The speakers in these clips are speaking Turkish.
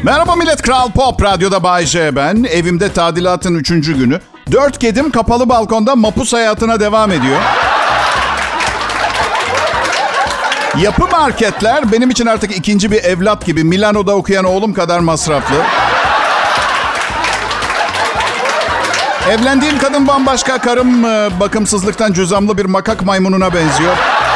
Merhaba millet, Kral Pop Radyo'da Bay J ben. Evimde tadilatın 3. günü. 4 kedim kapalı balkonda mapus hayatına devam ediyor. Yapı marketler benim için artık ikinci bir evlat gibi. Milano'da okuyan oğlum kadar masraflı. Evlendiğim kadın bambaşka. Karım bakımsızlıktan cüzamlı bir makak maymununa benziyor.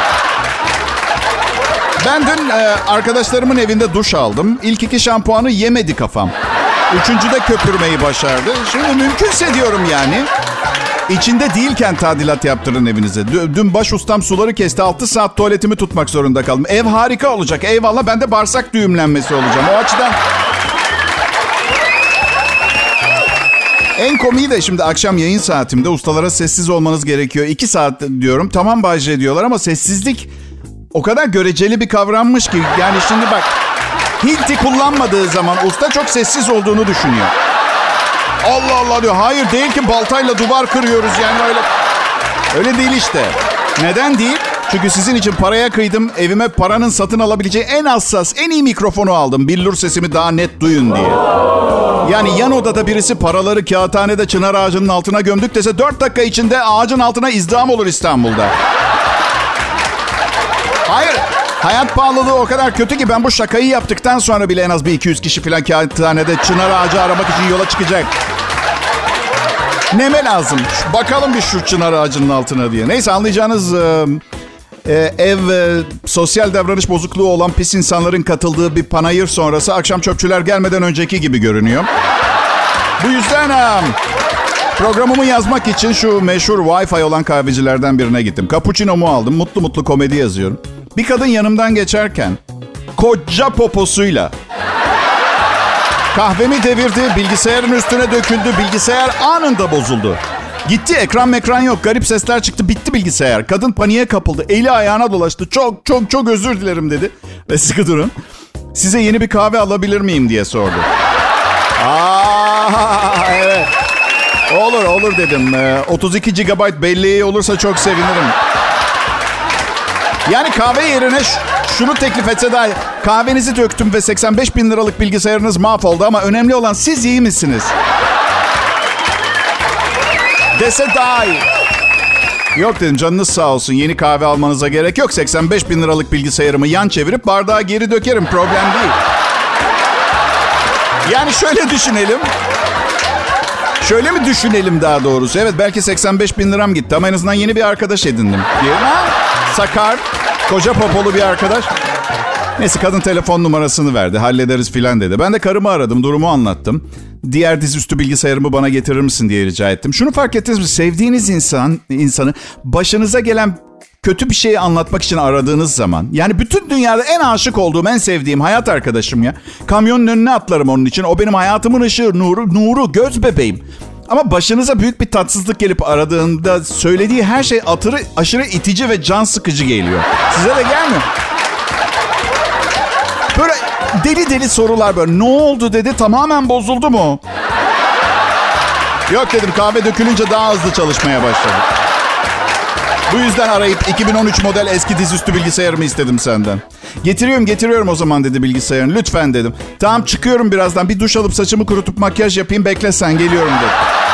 Ben dün arkadaşlarımın evinde duş aldım. İlk 2 şampuanı yemedi kafam. 3.'de köpürmeyi başardı. Şimdi mümkünse diyorum yani. İçinde değilken tadilat yaptırın evinize. Dün baş ustam suları kesti. 6 saat tuvaletimi tutmak zorunda kaldım. Ev harika olacak. Eyvallah, ben de bağırsak düğümlenmesi olacağım. O açıdan... En komiği de şimdi akşam yayın saatimde ustalara sessiz olmanız gerekiyor. 2 saat diyorum. Tamam Bay J diyorlar ama sessizlik o kadar göreceli bir kavrammış ki. Yani şimdi bak, hilti kullanmadığı zaman usta çok sessiz olduğunu düşünüyor. Allah Allah diyor. Hayır değil ki, baltayla duvar kırıyoruz yani öyle. Öyle değil işte. Neden değil? Çünkü sizin için paraya kıydım. Evime paranın satın alabileceği en hassas, en iyi mikrofonu aldım. Billur sesimi daha net duyun diye. Yani yan odada birisi paraları kağıthanede çınar ağacının altına gömdük dese 4 dakika içinde ağacın altına izdiham olur İstanbul'da. Hayır. Hayat pahalılığı o kadar kötü ki ben bu şakayı yaptıktan sonra bile en az bir 200 kişi falan kağıthanede çınar ağacı aramak için yola çıkacak. Neme lazım? Bakalım bir şu çınar ağacının altına diye. Neyse, anlayacağınız sosyal davranış bozukluğu olan pis insanların katıldığı bir panayır sonrası akşam çöpçüler gelmeden önceki gibi görünüyor. Bu yüzden programımı yazmak için şu meşhur Wi-Fi olan kahvecilerden birine gittim. Cappuccino'mu aldım. Mutlu mutlu komedi yazıyorum. Bir kadın yanımdan geçerken koca poposuyla kahvemi devirdi, bilgisayarın üstüne döküldü, bilgisayar anında bozuldu. Gitti, ekran yok, garip sesler çıktı, bitti bilgisayar. Kadın paniğe kapıldı, eli ayağına dolaştı. Çok özür dilerim dedi. Ve sıkı durun. Size yeni bir kahve alabilir miyim diye sordu. Evet. Olur dedim. 32 GB belleği olursa çok sevinirim. Yani kahve yerine şunu teklif etse daha... Kahvenizi döktüm ve 85 bin liralık bilgisayarınız mahvoldu ama önemli olan siz iyi misiniz? Dese daha iyi. Yok dedim, canınız sağ olsun, yeni kahve almanıza gerek yok. 85 bin liralık bilgisayarımı yan çevirip bardağa geri dökerim, problem değil. Yani şöyle düşünelim. Şöyle mi düşünelim daha doğrusu? Evet, belki 85 bin liram gitti ama en azından yeni bir arkadaş edindim. Diyelim ha? Sakar, koca popolu bir arkadaş. Neyse, kadın telefon numarasını verdi. Hallederiz filan dedi. Ben de karımı aradım, durumu anlattım. Diğer dizüstü bilgisayarımı bana getirir misin diye rica ettim. Şunu fark ettiniz mi? Sevdiğiniz insanı başınıza gelen kötü bir şeyi anlatmak için aradığınız zaman... Yani bütün dünyada en aşık olduğum, en sevdiğim hayat arkadaşım ya. Kamyonun önüne atlarım onun için. O benim hayatımın ışığı, nuru, göz bebeğim. Ama başınıza büyük bir tatsızlık gelip aradığında söylediği her şey aşırı itici ve can sıkıcı geliyor. Size de gelmiyor. Böyle deli sorular böyle. Ne oldu dedi, tamamen bozuldu mu? Yok dedim, kahve dökülünce daha hızlı çalışmaya başladı. Bu yüzden arayıp 2013 model eski dizüstü bilgisayarımı istedim senden. Getiriyorum o zaman dedi bilgisayarını. Lütfen dedim. Tamam, çıkıyorum birazdan. Bir duş alıp saçımı kurutup makyaj yapayım. Bekle sen, geliyorum dedi.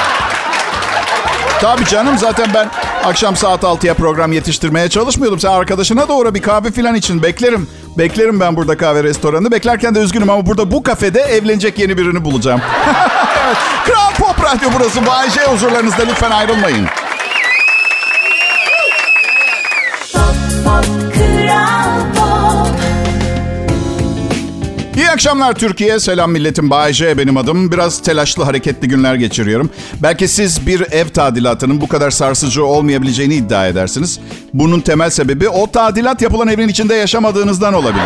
Tabii canım, zaten ben akşam saat 6'ya program yetiştirmeye çalışmıyordum. Sen arkadaşına da uğra bir kahve falan için. Beklerim ben burada kahve restoranında. Beklerken de üzgünüm ama burada bu kafede evlenecek yeni birini bulacağım. Evet, Kral Pop Radyo burası. Bay J huzurlarınızda, lütfen ayrılmayın. İyi akşamlar Türkiye. Selam milletim. Bay J benim adım. Biraz telaşlı, hareketli günler geçiriyorum. Belki siz bir ev tadilatının bu kadar sarsıcı olmayabileceğini iddia edersiniz. Bunun temel sebebi o tadilat yapılan evin içinde yaşamadığınızdan olabilir.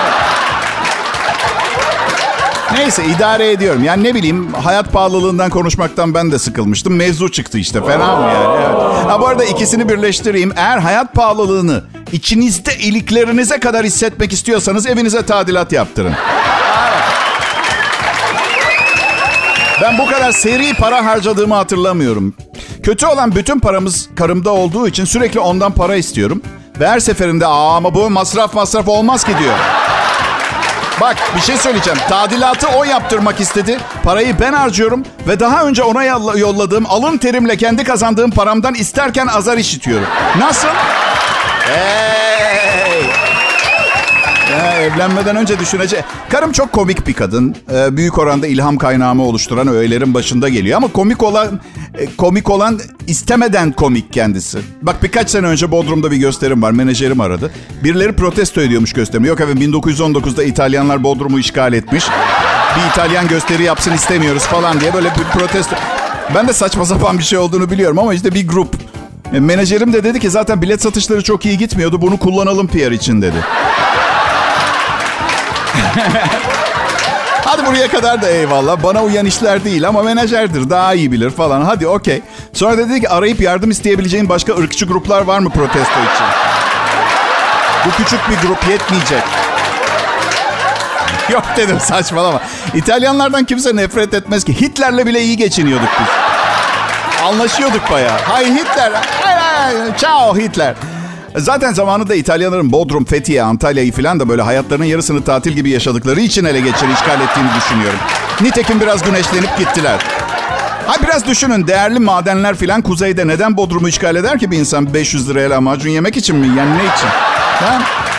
Neyse, idare ediyorum. Yani ne bileyim, hayat pahalılığından konuşmaktan ben de sıkılmıştım. Mevzu çıktı işte. Fena mı yani? Evet. Ha, bu arada ikisini birleştireyim. Eğer hayat pahalılığını içinizde iliklerinize kadar hissetmek istiyorsanız evinize tadilat yaptırın. Ben bu kadar seri para harcadığımı hatırlamıyorum. Kötü olan, bütün paramız karımda olduğu için sürekli ondan para istiyorum. Ve her seferinde ama bu masraf olmaz ki diyor. Bak bir şey söyleyeceğim. Tadilatı o yaptırmak istedi. Parayı ben harcıyorum. Ve daha önce ona yolladığım alın terimle kendi kazandığım paramdan isterken azar işitiyorum. Nasıl? Hey! Ya, evlenmeden önce düşünecek. Karım çok komik bir kadın. Büyük oranda ilham kaynağımı oluşturan öğelerin başında geliyor. Ama komik olan istemeden komik kendisi. Bak birkaç sene önce Bodrum'da bir gösterim var. Menajerim aradı. Birileri protesto ediyormuş gösterimi. Yok efendim 1919'da İtalyanlar Bodrum'u işgal etmiş. Bir İtalyan gösteri yapsın istemiyoruz falan diye böyle bir protesto. Ben de saçma sapan bir şey olduğunu biliyorum ama işte bir grup. Menajerim de dedi ki zaten bilet satışları çok iyi gitmiyordu. Bunu kullanalım PR için dedi. Hadi buraya kadar da eyvallah. Bana uyan işler değil ama menajerdir. Daha iyi bilir falan. Hadi okey. Sonra dedi ki arayıp yardım isteyebileceğin başka ırkçı gruplar var mı protesto için? Bu küçük bir grup yetmeyecek. Yok dedim saçmalama. İtalyanlardan kimse nefret etmez ki. Hitler'le bile iyi geçiniyorduk biz. Anlaşıyorduk bayağı. Hay Hitler. Hay, ciao Hitler. Zaten zamanında İtalyanların Bodrum, Fethiye, Antalya'yı falan da böyle hayatlarının yarısını tatil gibi yaşadıkları için ele geçirip işgal ettiğini düşünüyorum. Nitekim biraz güneşlenip gittiler. Ha biraz düşünün değerli madenler falan kuzeyde neden Bodrum'u işgal eder ki bir insan 500 liraya lahmacun yemek için mi? Yani ne için? Ha?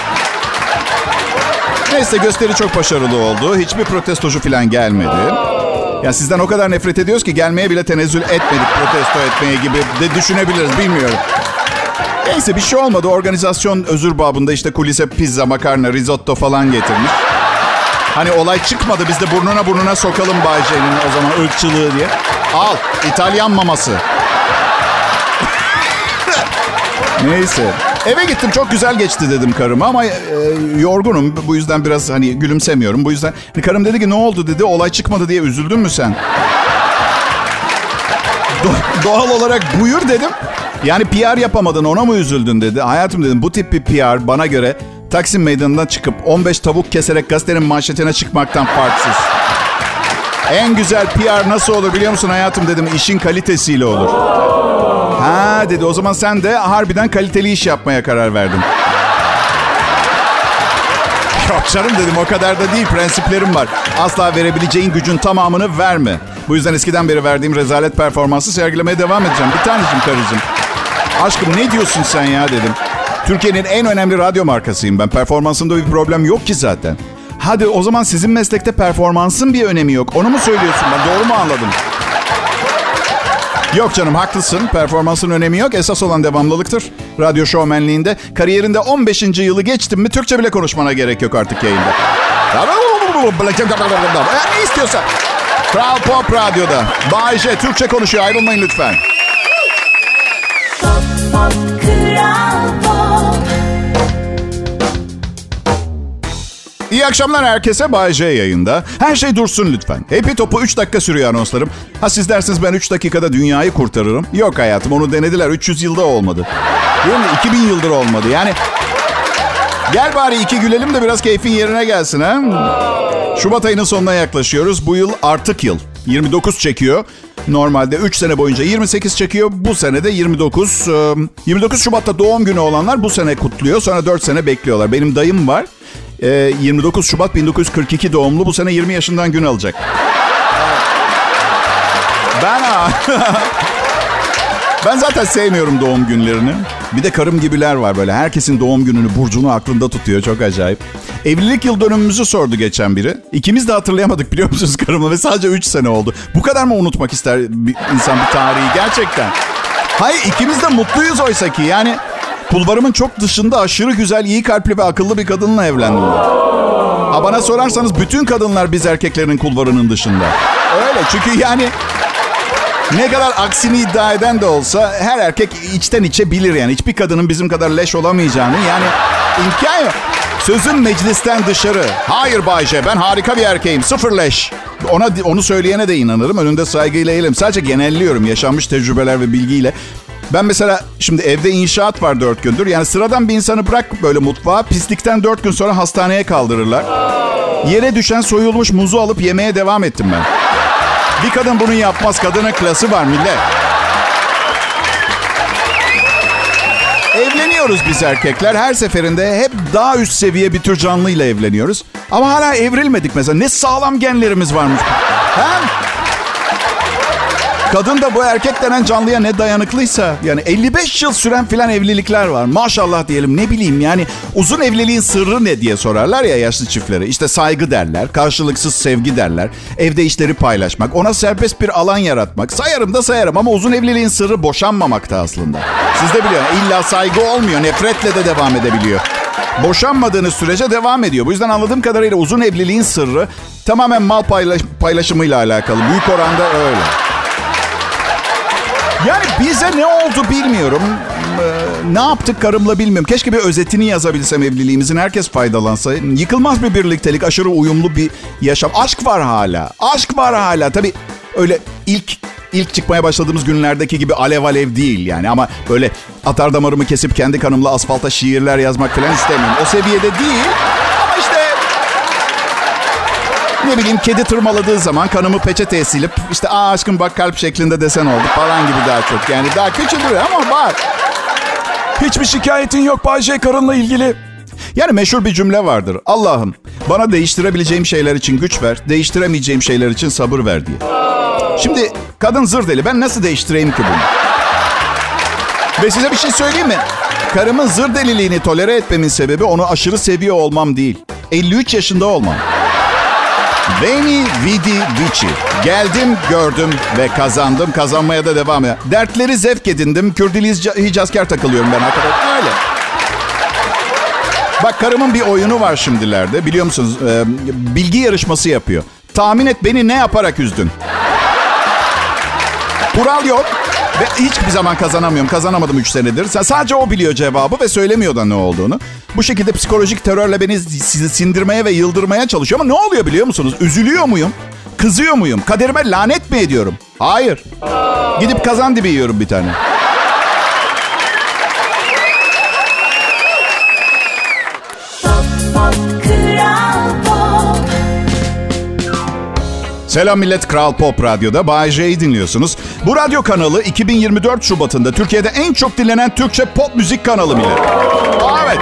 Neyse gösteri çok başarılı oldu. Hiçbir protestocu falan gelmedi. Ya sizden o kadar nefret ediyoruz ki gelmeye bile tenezzül etmedik protesto etmeye gibi de düşünebiliriz bilmiyorum. Neyse bir şey olmadı. Organizasyon özür babında işte kulise pizza, makarna, risotto falan getirmiş. Hani olay çıkmadı biz de burnuna sokalım Bay J'nin o zaman ırkçılığı diye. Al İtalyan maması. Neyse. Eve gittim çok güzel geçti dedim karıma ama yorgunum. Bu yüzden biraz hani gülümsemiyorum. Bu yüzden karım dedi ki ne oldu dedi. Olay çıkmadı diye üzüldün mü sen? Doğal olarak buyur dedim. Yani PR yapamadın ona mı üzüldün dedi. Hayatım dedim bu tip bir PR bana göre Taksim Meydanı'ndan çıkıp 15 tavuk keserek gazetenin manşetine çıkmaktan farksız. En güzel PR nasıl olur biliyor musun hayatım dedim işin kalitesiyle olur. Ha dedi o zaman sen de harbiden kaliteli iş yapmaya karar verdin. Yok canım dedim o kadar da değil prensiplerim var. Asla verebileceğin gücün tamamını verme. Bu yüzden eskiden beri verdiğim rezalet performansı sergilemeye devam edeceğim. Bir tanecim karıcığım. Aşkım ne diyorsun sen ya dedim. Türkiye'nin en önemli radyo markasıyım ben. Performansımda bir problem yok ki zaten. Hadi o zaman sizin meslekte performansın bir önemi yok. Onu mu söylüyorsun ben doğru mu anladım? Yok canım haklısın. Performansın önemi yok. Esas olan devamlılıktır. Radyo şovmenliğinde. Kariyerinde 15. yılı geçtin mi Türkçe bile konuşmana gerek yok artık yayında. Ne istiyorsan. Kral Pop Radyo'da. Bay J Türkçe konuşuyor. Ayrılmayın lütfen. İyi akşamlar herkese. Bay J yayında. Her şey dursun lütfen. Hepi topu 3 dakika sürüyor anonslarım. Ha siz dersiniz ben 3 dakikada dünyayı kurtarırım. Yok hayatım onu denediler. 300 yılda olmadı. Değil mi? 2000 yıldır olmadı. Yani gel bari iki gülelim de biraz keyfin yerine gelsin ha. Şubat ayının sonuna yaklaşıyoruz. Bu yıl artık yıl. 29 çekiyor. Normalde 3 sene boyunca 28 çekiyor. Bu sene de 29. 29 Şubat'ta doğum günü olanlar bu sene kutluyor. Sonra 4 sene bekliyorlar. Benim dayım var. 29 Şubat 1942 doğumlu. Bu sene 20 yaşından gün alacak. Ben zaten sevmiyorum doğum günlerini. Bir de karım gibiler var böyle. Herkesin doğum gününü, burcunu aklında tutuyor. Çok acayip. Evlilik yıl dönümümüzü sordu geçen biri. İkimiz de hatırlayamadık biliyor musunuz karımla ve sadece 3 sene oldu. Bu kadar mı unutmak ister insan bir tarihi gerçekten? Hayır ikimiz de mutluyuz oysa ki. Yani kulvarımın çok dışında aşırı güzel, iyi kalpli ve akıllı bir kadınla evlendim. Ha bana sorarsanız bütün kadınlar biz erkeklerin kulvarının dışında. Öyle çünkü yani... Ne kadar aksini iddia eden de olsa her erkek içten içe bilir yani. Hiçbir kadının bizim kadar leş olamayacağını yani imkan yok. Sözüm meclisten dışarı. Hayır Bay J, ben harika bir erkeğim. Sıfır leş. Onu söyleyene de inanırım. Önünde saygıyla eğilim. Sadece genelliyorum yaşanmış tecrübeler ve bilgiyle. Ben mesela şimdi evde inşaat var 4 gündür. Yani sıradan bir insanı bırak böyle mutfağa. Pislikten 4 gün sonra hastaneye kaldırırlar. Yere düşen soyulmuş muzu alıp yemeye devam ettim ben. Bir kadın bunu yapmaz. Kadının klası var millet. Evleniyoruz biz erkekler. Her seferinde hep daha üst seviye bir tür canlıyla evleniyoruz. Ama hala evrilmedik mesela. Ne sağlam genlerimiz varmış. Ha? Kadın da bu erkek denen canlıya ne dayanıklıysa. Yani 55 yıl süren filan evlilikler var. Maşallah diyelim, ne bileyim yani. Uzun evliliğin sırrı ne diye sorarlar ya yaşlı çiftlere. İşte saygı derler, karşılıksız sevgi derler. Evde işleri paylaşmak, ona serbest bir alan yaratmak. Sayarım da sayarım ama uzun evliliğin sırrı boşanmamakta aslında. Siz de biliyorsunuz, illa saygı olmuyor, nefretle de devam edebiliyor. Boşanmadığınız sürece devam ediyor. Bu yüzden anladığım kadarıyla uzun evliliğin sırrı tamamen mal paylaşımıyla alakalı. Büyük oranda öyle. Yani bize ne oldu bilmiyorum. Ne yaptık karımla bilmiyorum. Keşke bir özetini yazabilsem evliliğimizin. Herkes faydalansa. Yıkılmaz bir birliktelik, aşırı uyumlu bir yaşam. Aşk var hala. Aşk var hala. Tabii öyle ilk çıkmaya başladığımız günlerdeki gibi alev alev değil yani. Ama böyle atar damarımı kesip kendi kanımla asfalta şiirler yazmak falan istemiyorum. O seviyede değil. Ama işte ne bileyim, kedi tırmaladığı zaman kanımı peçeteye silip işte aşkım bak kalp şeklinde desen oldu falan gibi daha çok. Yani daha küçüldür ama var. Hiçbir şikayetin yok Bay J karınla ilgili. Yani meşhur bir cümle vardır. Allah'ım bana değiştirebileceğim şeyler için güç ver, değiştiremeyeceğim şeyler için sabır ver diye. Şimdi kadın zır deli, ben nasıl değiştireyim ki bunu? Ve size bir şey söyleyeyim mi? Karımın zır deliliğini tolere etmemin sebebi onu aşırı seviyor olmam değil. 53 yaşında olmam. Veni, vidi, vici. Geldim, gördüm ve kazandım. Kazanmaya da devam ediyorum. Dertleri zevk edindim. Kürdili Hicazkar takılıyorum ben hakikaten. Öyle. Bak karımın bir oyunu var şimdilerde. Biliyor musunuz? Bilgi yarışması yapıyor. Tahmin et beni ne yaparak üzdün? Kural yok. Ve hiçbir zaman kazanamıyorum. Kazanamadım 3 senedir. Sadece o biliyor cevabı ve söylemiyor da ne olduğunu. Bu şekilde psikolojik terörle beni sindirmeye ve yıldırmaya çalışıyor. Ama ne oluyor biliyor musunuz? Üzülüyor muyum? Kızıyor muyum? Kaderime lanet mi ediyorum? Hayır. Gidip kazan dibi yiyorum bir tane. Selam millet, Kral Pop Radyo'da Bay J'yi dinliyorsunuz. Bu radyo kanalı 2024 Şubat'ında Türkiye'de en çok dinlenen Türkçe pop müzik kanalı millet. Evet.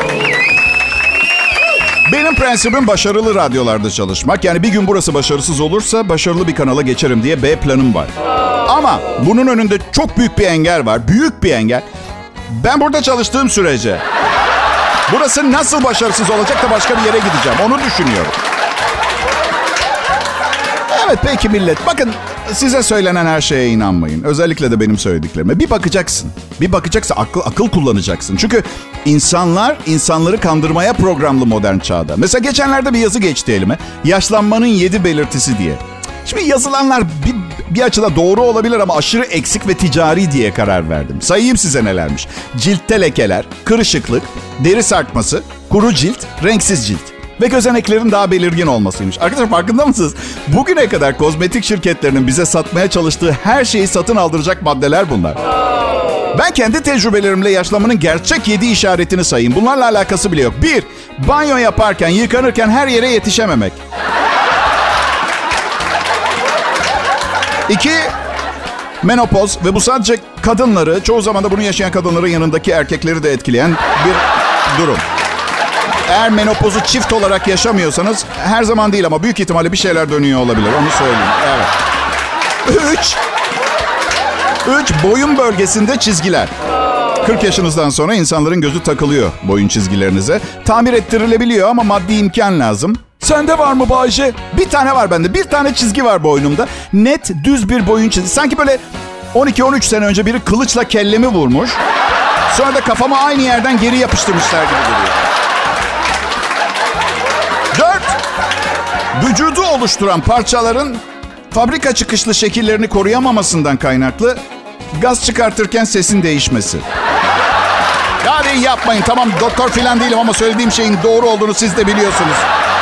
Benim prensibim başarılı radyolarda çalışmak. Yani bir gün burası başarısız olursa başarılı bir kanala geçerim diye B planım var. Ama bunun önünde çok büyük bir engel var. Büyük bir engel. Ben burada çalıştığım sürece burası nasıl başarısız olacak da başka bir yere gideceğim. Onu düşünüyorum. Evet peki millet. Bakın size söylenen her şeye inanmayın. Özellikle de benim söylediklerime. Bir bakacaksın. Bir bakacaksın. Akıl kullanacaksın. Çünkü insanları kandırmaya programlı modern çağda. Mesela geçenlerde bir yazı geçti elime. Yaşlanmanın 7 belirtisi diye. Şimdi yazılanlar bir açıda doğru olabilir ama aşırı eksik ve ticari diye karar verdim. Sayayım size nelermiş. Ciltte lekeler, kırışıklık, deri sarkması, kuru cilt, renksiz cilt. Ve gözeneklerin daha belirgin olmasıymış. Arkadaşlar farkında mısınız? Bugüne kadar kozmetik şirketlerinin bize satmaya çalıştığı her şeyi satın aldıracak maddeler bunlar. Ben kendi tecrübelerimle yaşlanmanın gerçek 7 işaretini sayayım. Bunlarla alakası bile yok. 1. Banyo yaparken, yıkanırken her yere yetişememek. 2. Menopoz ve bu sadece kadınları, çoğu zaman da bunu yaşayan kadınların yanındaki erkekleri de etkileyen bir durum. Eğer menopozu çift olarak yaşamıyorsanız her zaman değil ama büyük ihtimalle bir şeyler dönüyor olabilir. Onu söyleyeyim. Evet. 3. Boyun bölgesinde çizgiler. 40 yaşınızdan sonra insanların gözü takılıyor boyun çizgilerinize. Tamir ettirilebiliyor ama maddi imkan lazım. Sende var mı Bayce? Bir tane var bende. Bir tane çizgi var boynumda. Net düz bir boyun çizgisi. Sanki böyle 12-13 sene önce biri kılıçla kellemi vurmuş. Sonra da kafama aynı yerden geri yapıştırmışlar gibi duruyor. 4. Vücudu oluşturan parçaların fabrika çıkışlı şekillerini koruyamamasından kaynaklı gaz çıkartırken sesin değişmesi. Hadi yapmayın. Tamam doktor falan değilim ama söylediğim şeyin doğru olduğunu siz de biliyorsunuz.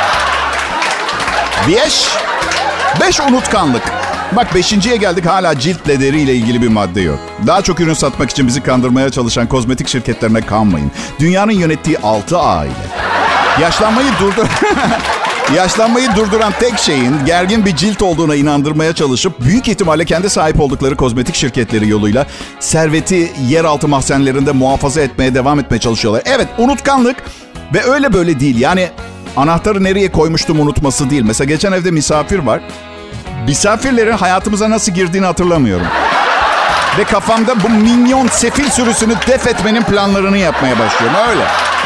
5. Unutkanlık. Bak 5.'ye geldik, hala ciltle deriyle ilgili bir madde yok. Daha çok ürün satmak için bizi kandırmaya çalışan kozmetik şirketlerine kanmayın. Dünyanın yönettiği 6 aile. Yaşlanmayı durdur... Yaşlanmayı durduran tek şeyin gergin bir cilt olduğuna inandırmaya çalışıp büyük ihtimalle kendi sahip oldukları kozmetik şirketleri yoluyla serveti yeraltı mahzenlerinde muhafaza etmeye devam etmeye çalışıyorlar. Evet, unutkanlık ve öyle böyle değil. Yani anahtarı nereye koymuştum unutması değil. Mesela geçen evde misafir var. Misafirlerin hayatımıza nasıl girdiğini hatırlamıyorum. Ve kafamda bu minyon sefil sürüsünü def etmenin planlarını yapmaya başlıyorum. Öyle.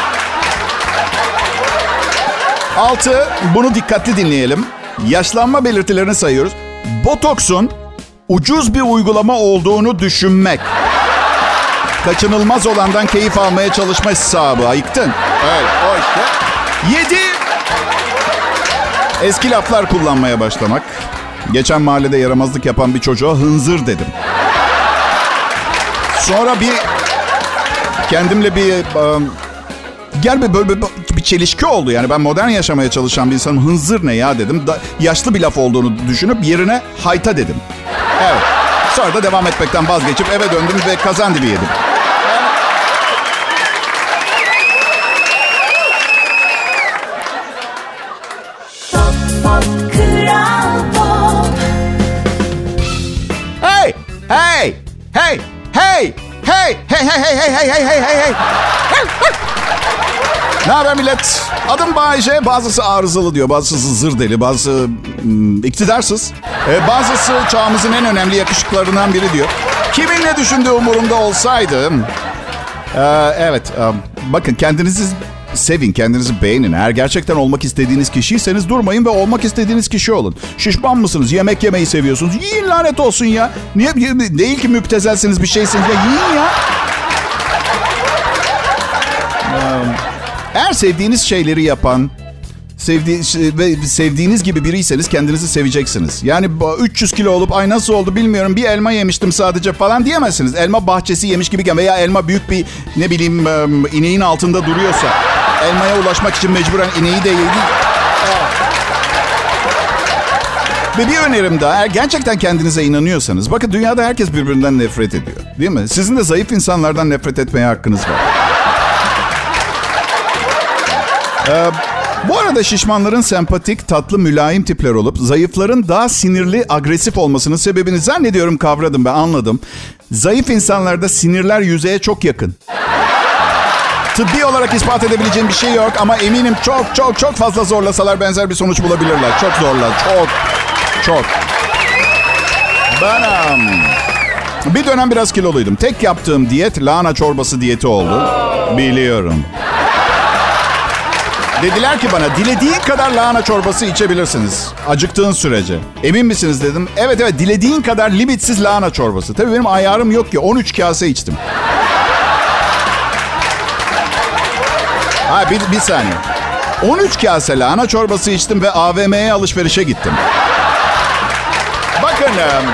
6. Bunu dikkatli dinleyelim. Yaşlanma belirtilerini sayıyoruz. Botoksun ucuz bir uygulama olduğunu düşünmek. Kaçınılmaz olandan keyif almaya çalışma hesabı. Ayıktın. Öyle. O işte. 7. Eski laflar kullanmaya başlamak. Geçen mahallede yaramazlık yapan bir çocuğa hınzır dedim. Sonra kendimle böyle bir çelişki oldu. Yani ben modern yaşamaya çalışan bir insanım. Hınzır ne ya dedim. Yaşlı bir laf olduğunu düşünüp yerine hayta dedim. Evet. Sonra da devam etmekten vazgeçip eve döndüm ve kazandibi yedim. Hey! Hey! Hey! Hey! Hey! Hey! Hey! Hey! Hey! Hey! Hey! Hey! Hey! Ne haber millet? Adım Bayece. Bazısı arızalı diyor. Bazısı zır deli. Bazısı iktidarsız. Bazısı çağımızın en önemli yakışıklarından biri diyor. Kimin ne düşündüğü umurumda olsaydı. Evet. Bakın kendinizi sevin. Kendinizi beğenin. Eğer gerçekten olmak istediğiniz kişiyseniz durmayın ve olmak istediğiniz kişi olun. Şişman mısınız? Yemek yemeyi seviyorsunuz. Yiyin lanet olsun ya. Niye değil ki müptezelsiniz bir şeysiniz ya. Yiyin ya. Eğer sevdiğiniz şeyleri yapan, sevdiğiniz gibi biriyseniz kendinizi seveceksiniz. Yani 300 kilo olup ay nasıl oldu bilmiyorum bir elma yemiştim sadece falan diyemezsiniz. Elma bahçesi yemiş gibi veya elma büyük bir ne bileyim ineğin altında duruyorsa elmaya ulaşmak için mecburen ineği de yedi. Ve bir önerim daha, eğer gerçekten kendinize inanıyorsanız, bakın dünyada herkes birbirinden nefret ediyor, değil mi? Sizin de zayıf insanlardan nefret etmeye hakkınız var. Bu arada şişmanların sempatik, tatlı, mülayim tipler olup zayıfların daha sinirli, agresif olmasının sebebini zannediyorum kavradım ben, anladım. Zayıf insanlarda sinirler yüzeye çok yakın. Tıbbi olarak ispat edebileceğim bir şey yok ama eminim çok fazla zorlasalar benzer bir sonuç bulabilirler. Çok zorlar, çok. Ben bir dönem biraz kiloluydum. Tek yaptığım diyet lahana çorbası diyeti oldu. Biliyorum. Dediler ki bana dilediğin kadar lahana çorbası içebilirsiniz. Acıktığın sürece. Emin misiniz dedim. Evet dilediğin kadar limitsiz lahana çorbası. Tabii benim ayarım yok ki 13 kase içtim. Bir saniye. 13 kase lahana çorbası içtim ve AVM'ye alışverişe gittim. Bakın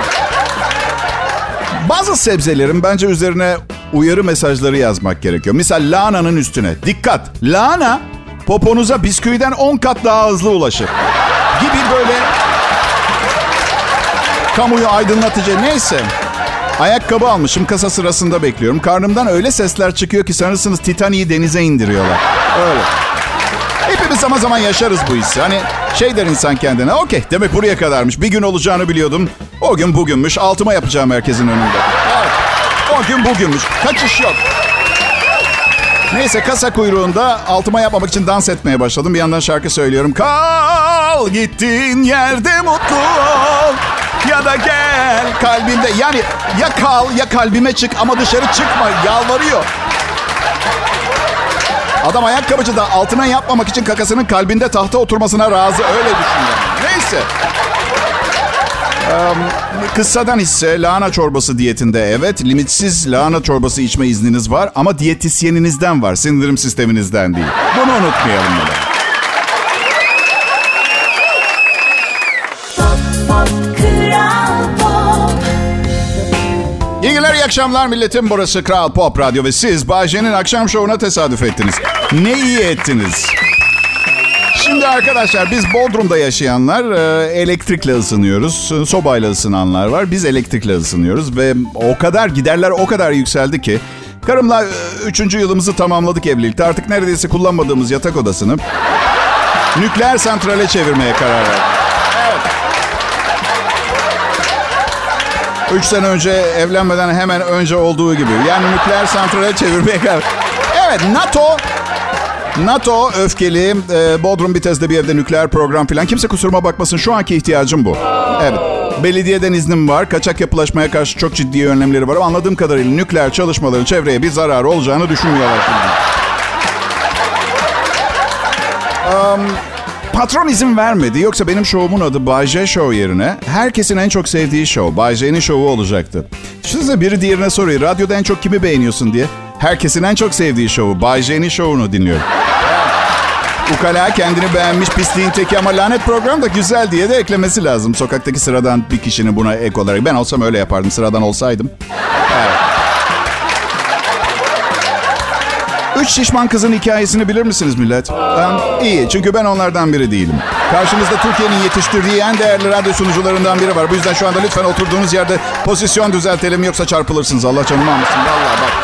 bazı sebzelerin bence üzerine uyarı mesajları yazmak gerekiyor. Misal lahananın üstüne. Dikkat! Lahana poponuza bisküviden 10 kat daha hızlı ulaşır. Gibi böyle kamuyu aydınlatıcı. Neyse. Ayakkabı almışım. Kasa sırasında bekliyorum. Karnımdan öyle sesler çıkıyor ki sanırsınız Titanic'i denize indiriyorlar. Öyle. Hepimiz zaman zaman yaşarız bu hissi. Hani der insan kendine. Okey, demek buraya kadarmış. Bir gün olacağını biliyordum. O gün bugünmüş. Altıma yapacağım herkesin önünde. Evet. O gün bugünmüş. Kaçış yok. Neyse kasa kuyruğunda altıma yapmamak için dans etmeye başladım. Bir yandan şarkı söylüyorum. Kal gittiğin yerde mutlu ol. Ya da gel kalbimde. Yani ya kal ya kalbime çık ama dışarı çıkma. Yalvarıyor. Adam ayakkabıcı da altına yapmamak için kakasının kalbinde tahta oturmasına razı. Öyle düşünüyorum. Neyse. Kıssadan hisse lahana çorbası diyetinde evet. Limitsiz lahana çorbası içme izniniz var. Ama diyetisyeninizden var. Sindirim sisteminizden değil. Bunu unutmayalım. İyi günler, iyi akşamlar milletim. Burası Kral Pop Radyo ve siz Bay J'nin akşam şovuna tesadüf ettiniz. Ne iyi ettiniz. Şimdi arkadaşlar biz Bodrum'da yaşayanlar elektrikle ısınıyoruz. Sobayla ısınanlar var. Biz elektrikle ısınıyoruz ve giderler o kadar yükseldi ki karımla 3. yılımızı tamamladık evlilikte. Artık neredeyse kullanmadığımız yatak odasını Nükleer santrale çevirmeye karar verdim. Evet. 3 sene önce evlenmeden hemen önce olduğu gibi. Yani nükleer santrale çevirmeye karar verdim. Evet, NATO öfkeli. Bodrum Bitez'de bir evde nükleer program falan. Kimse kusuruma bakmasın. Şu anki ihtiyacım bu. Evet. Belediyeden iznim var. Kaçak yapılaşmaya karşı çok ciddi önlemleri var. Ama anladığım kadarıyla nükleer çalışmaların çevreye bir zararı olacağını düşünmüyorlar şimdi. Patron izin vermedi. Yoksa benim şovumun adı Bay J Show yerine herkesin en çok sevdiği show, Bay J'nin şovu olacaktı. Düşünsene biri diğerine soruyor. Radyoda en çok kimi beğeniyorsun diye. Herkesin en çok sevdiği şovu, Bay J'nin şovunu dinliyorum. Ukala kendini beğenmiş pisliğin teki ama lanet program da güzel diye de eklemesi lazım. Sokaktaki sıradan bir kişinin buna ek olarak. Ben olsam öyle yapardım sıradan olsaydım. Evet. 3 şişman kızın hikayesini bilir misiniz millet? İyi çünkü ben onlardan biri değilim. Karşınızda Türkiye'nin yetiştirdiği en değerli radyo sunucularından biri var. Bu yüzden şu anda lütfen oturduğunuz yerde pozisyon düzeltelim yoksa çarpılırsınız. Allah canımı almasın. Vallahi bak.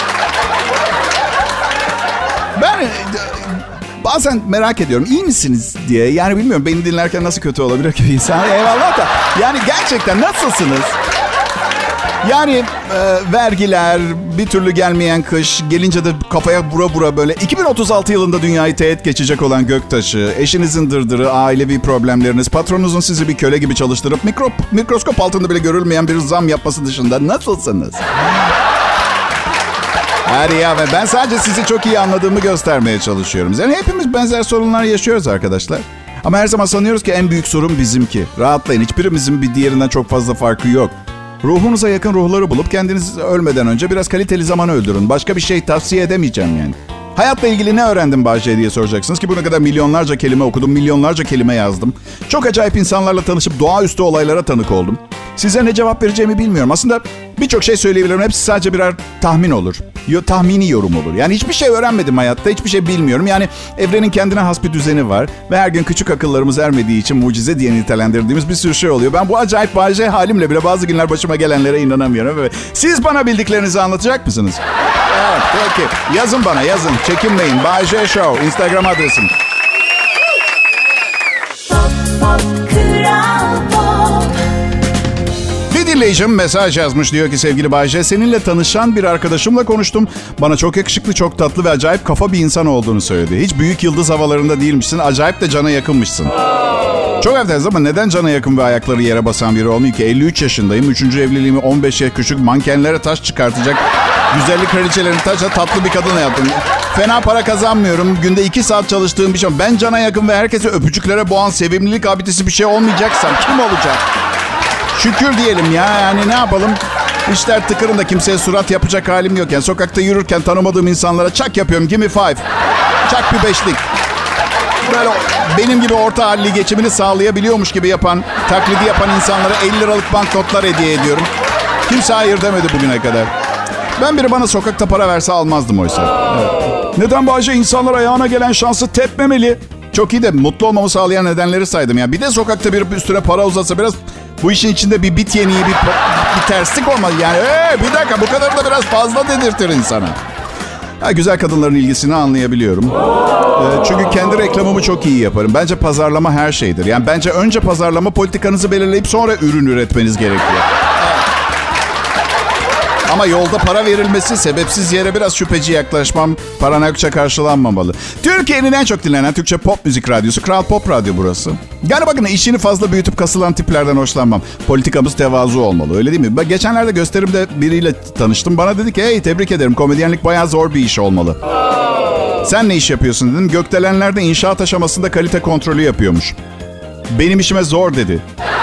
Ben bazen merak ediyorum iyi misiniz diye. Yani bilmiyorum beni dinlerken nasıl kötü olabilir ki bir insan. Eyvallah da yani gerçekten nasılsınız? Yani vergiler, bir türlü gelmeyen kış, gelince de kafaya vura böyle. 2036 yılında dünyayı teğet geçecek olan göktaşı, eşinizin dırdırı, ailevi problemleriniz, patronunuzun sizi bir köle gibi çalıştırıp mikroskop altında bile görülmeyen bir zam yapması dışında nasılsınız? Hadi ya ben sadece sizi çok iyi anladığımı göstermeye çalışıyorum. Yani hepimiz benzer sorunlar yaşıyoruz arkadaşlar. Ama her zaman sanıyoruz ki en büyük sorun bizimki. Rahatlayın, hiçbirimizin bir diğerinden çok fazla farkı yok. Ruhunuza yakın ruhları bulup kendiniz ölmeden önce biraz kaliteli zaman öldürün. Başka bir şey tavsiye edemeyeceğim yani. Hayatla ilgili ne öğrendin Bahçe diye soracaksınız ki bugüne kadar milyonlarca kelime okudum, milyonlarca kelime yazdım. Çok acayip insanlarla tanışıp doğaüstü olaylara tanık oldum. Size ne cevap vereceğimi bilmiyorum. Aslında birçok şey söyleyebilirim. Hepsi sadece birer tahmin olur. Tahmini yorum olur. Yani hiçbir şey öğrenmedim hayatta. Hiçbir şey bilmiyorum. Yani evrenin kendine has bir düzeni var. Ve her gün küçük akıllarımız ermediği için mucize diye nitelendirdiğimiz bir sürü şey oluyor. Ben bu acayip Bahçe halimle bile bazı günler başıma gelenlere inanamıyorum. Ve siz bana bildiklerinizi anlatacak mısınız? Evet, peki. Yazın bana, yazın. Çekinmeyin. Bahçe Show. Instagram adresim. Dinleyicim mesaj yazmış, diyor ki sevgili Bayce, seninle tanışan bir arkadaşımla konuştum. Bana çok yakışıklı, çok tatlı ve acayip kafa bir insan olduğunu söyledi. Hiç büyük yıldız havalarında değilmişsin, acayip de cana yakınmışsın. Çok affedersiniz ama neden cana yakın ve ayakları yere basan biri olmayayım ki? 53 yaşındayım, 3. evliliğimi 15 yaş küçük, mankenlere taş çıkartacak, güzellik kraliçelerini taşla tatlı bir kadınla yaptım. Fena para kazanmıyorum, günde 2 saat çalıştığım bir şey. Ben cana yakın ve herkese öpücüklere boğan sevimlilik abidesi bir şey olmayacaksam kim olacak? Şükür diyelim ya, yani ne yapalım? İşler tıkırında, kimseye surat yapacak halim yok. Yani sokakta yürürken tanımadığım insanlara çak yapıyorum. Give me five. Çak bir beşlik. Böyle benim gibi orta halli geçimini sağlayabiliyormuş gibi yapan, taklidi yapan insanlara 50 liralık banknotlar hediye ediyorum. Kimse hayır demedi bugüne kadar. Ben biri bana sokakta para verse almazdım oysa. Evet. Neden Bahçe insanlar ayağına gelen şansı tepmemeli? Çok iyi de mutlu olmamı sağlayan nedenleri saydım ya. Bir de sokakta biri üstüne para uzatsa biraz... Bu işin içinde bir bit yeniği, bir terslik olmalı. Yani bir dakika, bu kadar da biraz fazla dedirtir insana. Güzel kadınların ilgisini anlayabiliyorum. Çünkü kendi reklamımı çok iyi yaparım. Bence pazarlama her şeydir. Yani bence önce pazarlama politikanızı belirleyip sonra ürün üretmeniz gerekiyor. Ama yolda para verilmesi, sebepsiz yere biraz şüpheci yaklaşmam, paranakça karşılanmamalı. Türkiye'nin en çok dinlenen Türkçe pop müzik radyosu Kral Pop Radyo burası. Yani bakın, işini fazla büyütüp kasılan tiplerden hoşlanmam. Politikamız tevazu olmalı, öyle değil mi? Ben geçenlerde gösterimde biriyle tanıştım. Bana dedi ki, hey tebrik ederim, komedyenlik bayağı zor bir iş olmalı. Sen ne iş yapıyorsun dedim. Gökdelenlerde inşaat aşamasında kalite kontrolü yapıyormuş. Benim işime zor dedi.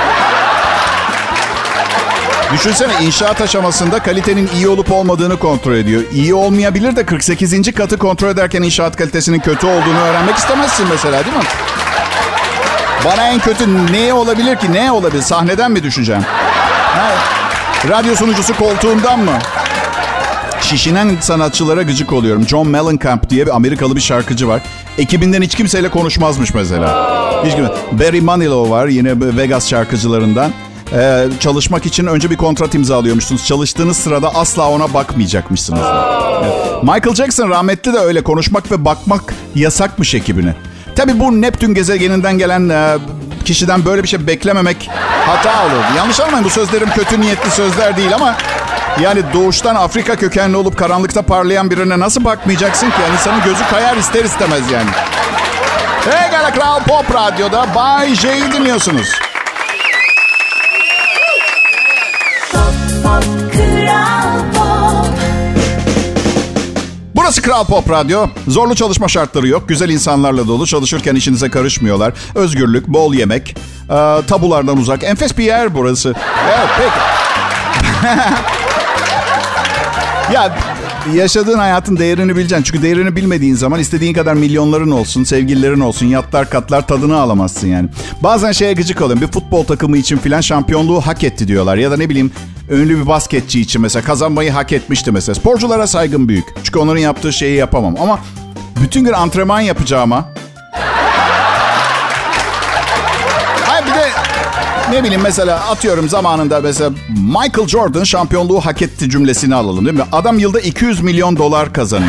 Düşünsene, inşaat aşamasında kalitenin iyi olup olmadığını kontrol ediyor. İyi olmayabilir de 48. katı kontrol ederken inşaat kalitesinin kötü olduğunu öğrenmek istemezsin mesela, değil mi? Bana en kötü ne olabilir ki? Ne olabilir? Sahneden mi düşeceğim? Radyo sunucusu koltuğundan mı? Şişinen sanatçılara gıcık oluyorum. John Mellencamp diye bir Amerikalı bir şarkıcı var. Ekibinden hiç kimseyle konuşmazmış mesela. Hiç kimse. Barry Manilow var, yine Vegas şarkıcılarından. Çalışmak için önce bir kontrat imzalıyormuşsunuz. Çalıştığınız sırada asla ona bakmayacakmışsınız. Evet. Michael Jackson rahmetli de öyle, konuşmak ve bakmak yasakmış ekibine. Tabii bu Neptün gezegeninden gelen kişiden böyle bir şey beklememek hata olur. Yanlış anlamayın, bu sözlerim kötü niyetli sözler değil ama yani doğuştan Afrika kökenli olup karanlıkta parlayan birine nasıl bakmayacaksın ki? Yani insanın gözü kayar ister istemez yani. Hey gala Kral Pop Radyo'da Bay J'yi dinliyorsunuz. Burası Kral Pop Radyo. Zorlu çalışma şartları yok. Güzel insanlarla dolu. Çalışırken işinize karışmıyorlar. Özgürlük, bol yemek, tabulardan uzak. Enfes bir yer burası. Evet, peki. Ya yaşadığın hayatın değerini bileceksin. Çünkü değerini bilmediğin zaman istediğin kadar milyonların olsun, sevgililerin olsun, yatlar katlar tadını alamazsın yani. Bazen şeye gıcık oluyorum. Bir futbol takımı için filan şampiyonluğu hak etti diyorlar. Ya da ne bileyim ünlü bir basketçi için mesela kazanmayı hak etmişti mesela. Sporculara saygım büyük. Çünkü onların yaptığı şeyi yapamam. Ama bütün gün antrenman yapacağıma... Hayır bir de ne bileyim mesela atıyorum zamanında mesela Michael Jordan şampiyonluğu hak etti cümlesini alalım değil mi? Adam yılda $200 milyon kazanıyor.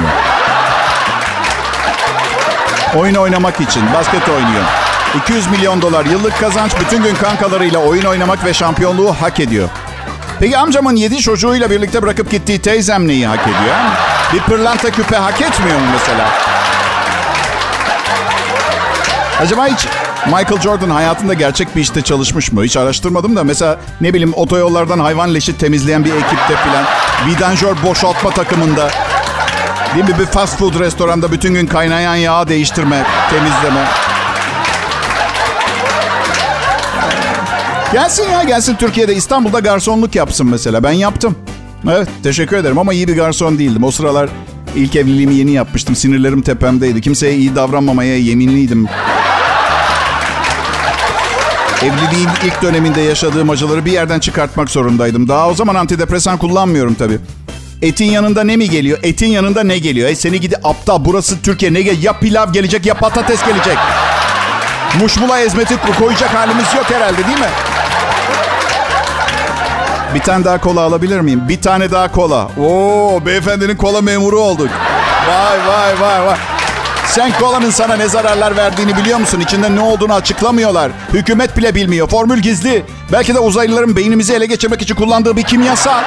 Oyun oynamak için basket oynuyor. $200 milyon yıllık kazanç, bütün gün kankalarıyla oyun oynamak ve şampiyonluğu hak ediyor. Peki amcamın 7 çocuğuyla birlikte bırakıp gittiği teyzem neyi hak ediyor? Bir pırlanta küpe hak etmiyor mu mesela? Acaba hiç Michael Jordan hayatında gerçek bir işte çalışmış mı? Hiç araştırmadım da mesela ne bileyim otoyollardan hayvan leşi temizleyen bir ekipte falan. Vidanjör boşaltma takımında. Değil mi? Bir fast food restoranda bütün gün kaynayan yağı değiştirme, temizleme. Gelsin ya gelsin Türkiye'de İstanbul'da garsonluk yapsın mesela. Ben yaptım. Evet teşekkür ederim ama iyi bir garson değildim. O sıralar ilk evliliğimi yeni yapmıştım. Sinirlerim tepemdeydi. Kimseye iyi davranmamaya yeminliydim. Evliliğin ilk döneminde yaşadığım acıları bir yerden çıkartmak zorundaydım. Daha o zaman antidepresan kullanmıyorum tabii. Etin yanında ne mi geliyor? Etin yanında ne geliyor? Seni gidi aptal. Burası Türkiye. Ne geliyor? Ya pilav gelecek ya patates gelecek. Muşmula ezmeti koyacak halimiz yok herhalde değil mi? Bir tane daha kola alabilir miyim? Bir tane daha kola. Oo, beyefendinin kola memuru olduk. Vay. Sen kolanın sana ne zararlar verdiğini biliyor musun? İçinde ne olduğunu açıklamıyorlar. Hükümet bile bilmiyor. Formül gizli. Belki de uzaylıların beynimizi ele geçirmek için kullandığı bir kimyasal.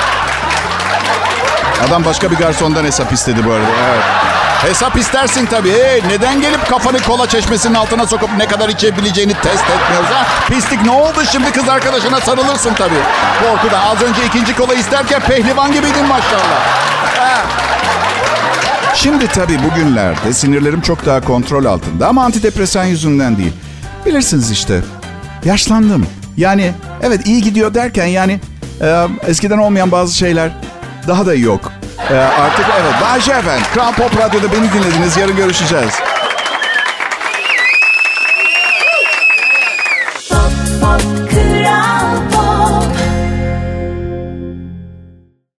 Adam başka bir garsondan hesap istedi bu arada. Evet. Hesap istersin tabii. Neden gelip kafanı kola çeşmesinin altına sokup ne kadar içebileceğini test etmiyoruz ha? Pislik ne oldu şimdi kız arkadaşına sarılırsın tabii. Korkudan. Az önce ikinci kola isterken pehlivan gibiydin maşallah. Ha. Şimdi tabii bugünlerde sinirlerim çok daha kontrol altında ama antidepresan yüzünden değil. Bilirsiniz işte. Yaşlandım. Yani evet iyi gidiyor derken yani eskiden olmayan bazı şeyler daha da yok. Artık evet. Bay J efendim. Kral Pop Radyo'da beni dinlediniz. Yarın görüşeceğiz.